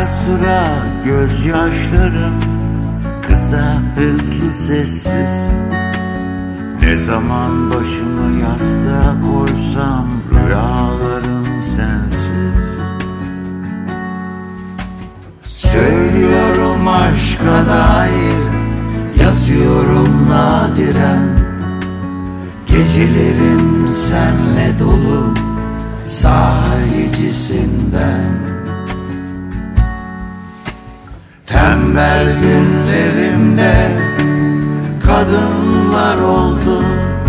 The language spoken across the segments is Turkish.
sıra gözyaşlarım, kısa hızlı sessiz. Ne zaman başımı yastığa koysam rüyalarım sensiz. Söylüyorum aşka dair, yazıyorum nadiren. Gecelerim senle dolu, sahicisinden. Tembel günlerimde kadınlar oldu.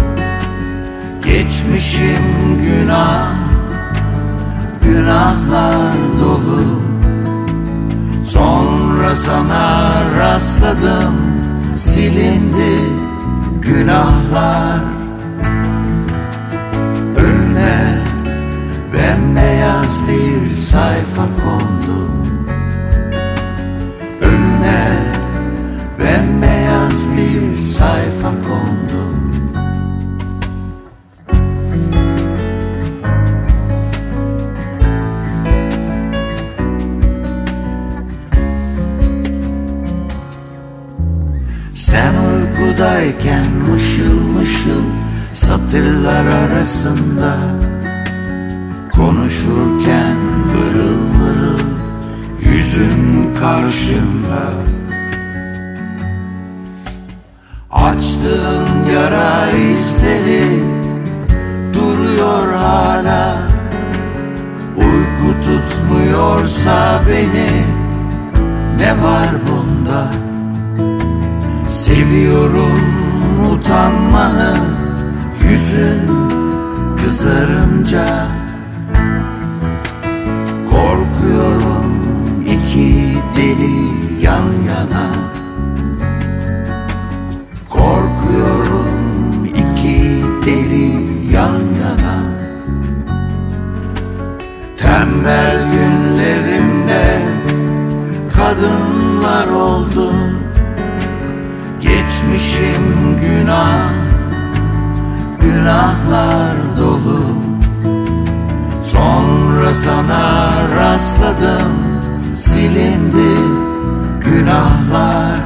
Geçmişim günah, günahlar dolu. Sonra sana rastladım, silindi günahlar. Önüme bembeyaz bir sayfa kondu. Önüme bembeyaz bir sayfa kondu. Sen uykudayken mışıl mışıl satırlar arasında konuşurken mırıl mırıl yüzün karşımda. Açtığın yara izleri duruyor hala. Uyku tutmuyorsa beni, ne var bunda? Seviyorum utanmanı, yüzün kızarınca. Korkuyorum iki deli yan yana. Korkuyorum iki deli yan yana. Tembel günlerimde kadınlar oldu. Geçmişim günah, günahlar dolu. Sonra sana rastladım, silindi günahlar.